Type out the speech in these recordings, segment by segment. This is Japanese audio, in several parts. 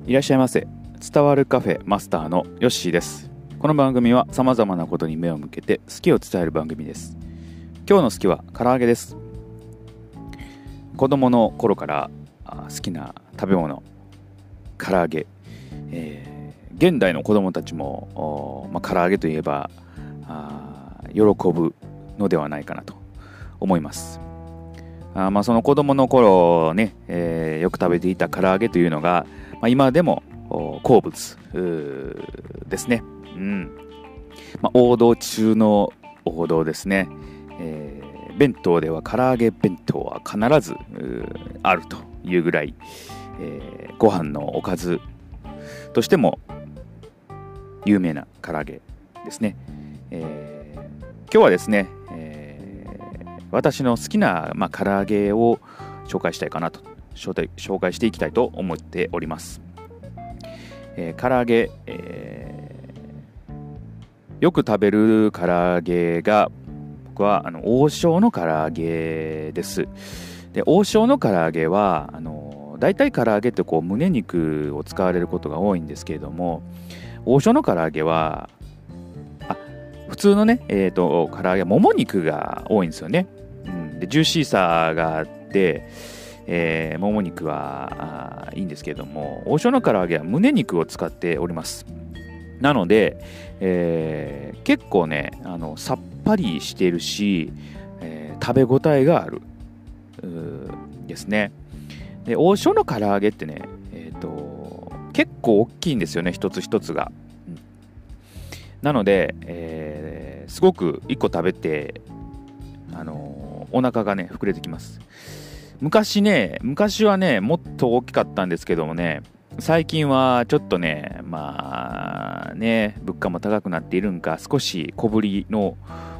いらっしゃいませ。伝わるカフェマスターのヨッシーです。この番組は様々なことに目を向けて好きを伝える番組です。今日の好きは唐揚げです。子供の頃から好きな食べ物、唐揚げ。現代の子供たちも、唐揚げといえば喜ぶのではないかなと思います。その子供の頃ね、よく食べていた唐揚げというのが、今でも好物ですね。王道中の王道ですね。弁当では唐揚げ弁当は必ずあるというぐらい、ご飯のおかずとしても有名な唐揚げですね。今日はですね、私の好きな、唐揚げを紹介したいかなと紹介していきたいと思っております。唐揚げ、よく食べる唐揚げが僕は王将の唐揚げです。で、王将の唐揚げはだいたい唐揚げって胸肉を使われることが多いんですけれども、王将の唐揚げは普通のね、唐揚げはもも肉が多いんですよね。でジューシーさがあって、もも肉はいいんですけれども、王将の唐揚げは胸肉を使っております。なので、結構ねさっぱりしているし、食べ応えがあるですね。で王将の唐揚げってね、結構大きいんですよね、一つ一つが。なので、すごく1個食べてお腹がね膨れてきます。昔はねもっと大きかったんですけどもね、最近はちょっとね物価も高くなっているんか、少し小ぶりの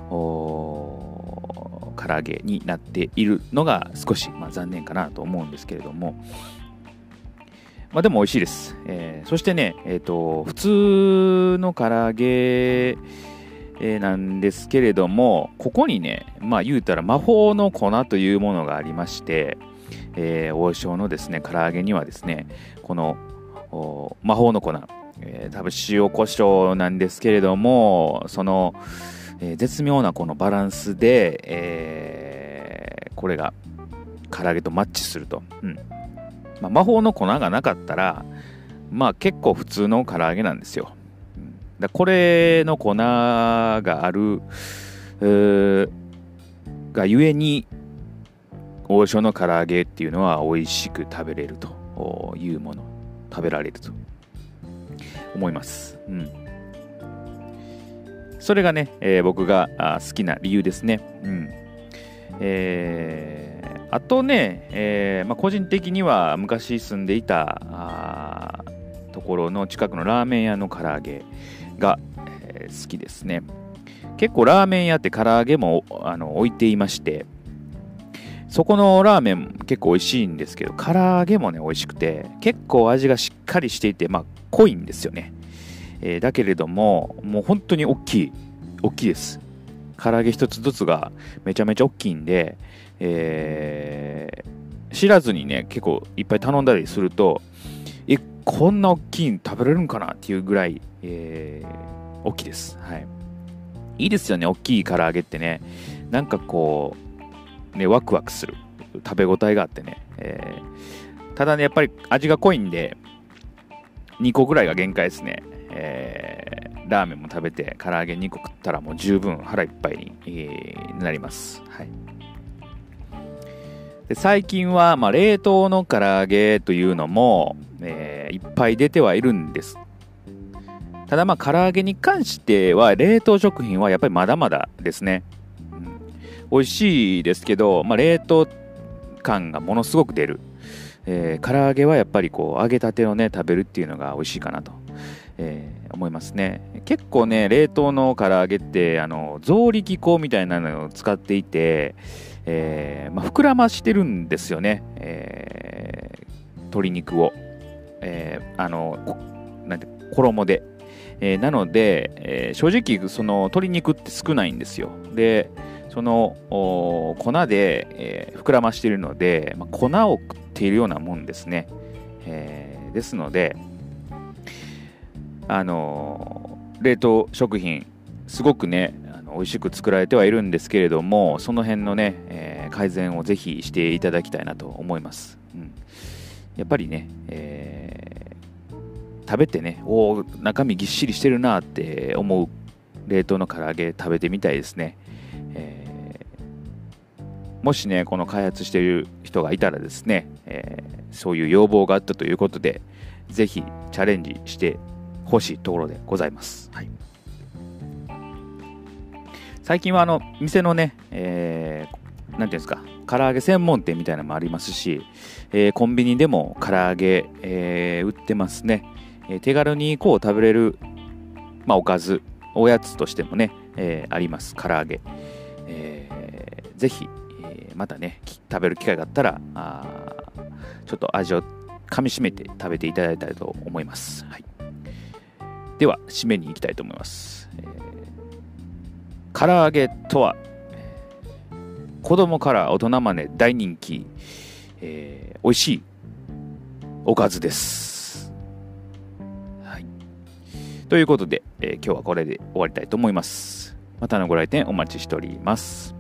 唐揚げになっているのが少し残念かなと思うんですけれども、でも美味しいです。そしてね、普通の唐揚げなんですけれども、ここにね、言うたら魔法の粉というものがありまして、王将のですね唐揚げにはですね、この魔法の粉、多分塩コショウなんですけれども、その、絶妙なこのバランスで、これが唐揚げとマッチすると。魔法の粉がなかったら結構普通の唐揚げなんですよ。これの粉があるがゆえに王将の唐揚げっていうのは美味しく食べれるというもの、食べられると思います。それがね、僕が好きな理由ですね。あとね、個人的には昔住んでいたところの近くのラーメン屋の唐揚げが、好きですね。結構ラーメン屋って唐揚げも置いていまして、そこのラーメン結構美味しいんですけど、唐揚げもね美味しくて、結構味がしっかりしていて濃いんですよね。だけれどももう本当に大きいです。唐揚げ一つずつがめちゃめちゃ大きいんで、知らずにね結構いっぱい頼んだりすると、こんな大きいの食べれるんかなっていうぐらい、大きいです。いいですよね、大きい唐揚げってね。なんかワクワクする、食べ応えがあってね、ただねやっぱり味が濃いんで2個ぐらいが限界ですね。ラーメンも食べて唐揚げ2個食ったらもう十分腹いっぱいに、なります。で最近は、冷凍の唐揚げというのも、いっぱい出てはいるんです。ただ唐揚げに関しては冷凍食品はやっぱりまだまだですね。美味しいですけど、冷凍感がものすごく出る。唐揚げはやっぱり揚げたてをね食べるっていうのが美味しいかなと、思いますね。結構ね冷凍の唐揚げって増力粉みたいなのを使っていて、膨らましてるんですよね、鶏肉を、衣で、なので、正直その鶏肉って少ないんですよ。でその粉で、膨らましているので、粉を食っているようなもんですね。ですので冷凍食品すごくね美味しく作られてはいるんですけれども、その辺のね、改善をぜひしていただきたいなと思います。やっぱりね、食べてね、中身ぎっしりしてるなって思う冷凍の唐揚げ食べてみたいですね。もしねこの開発している人がいたらですね、そういう要望があったということで、ぜひチャレンジしてほしいところでございます。はい、最近は店のね、なんていうんですか、唐揚げ専門店みたいなのもありますし、コンビニでも唐揚げ、売ってますね。手軽にこう食べれる、おかず、おやつとしてもね、あります唐揚げ。ぜひ、またね食べる機会があったらちょっと味をかみしめて食べていただいたらと思います。はい、では締めに行きたいと思います。唐揚げとは、子供から大人まで大人気、美味しいおかずです。はい、ということで、今日はこれで終わりたいと思います。またのご来店お待ちしております。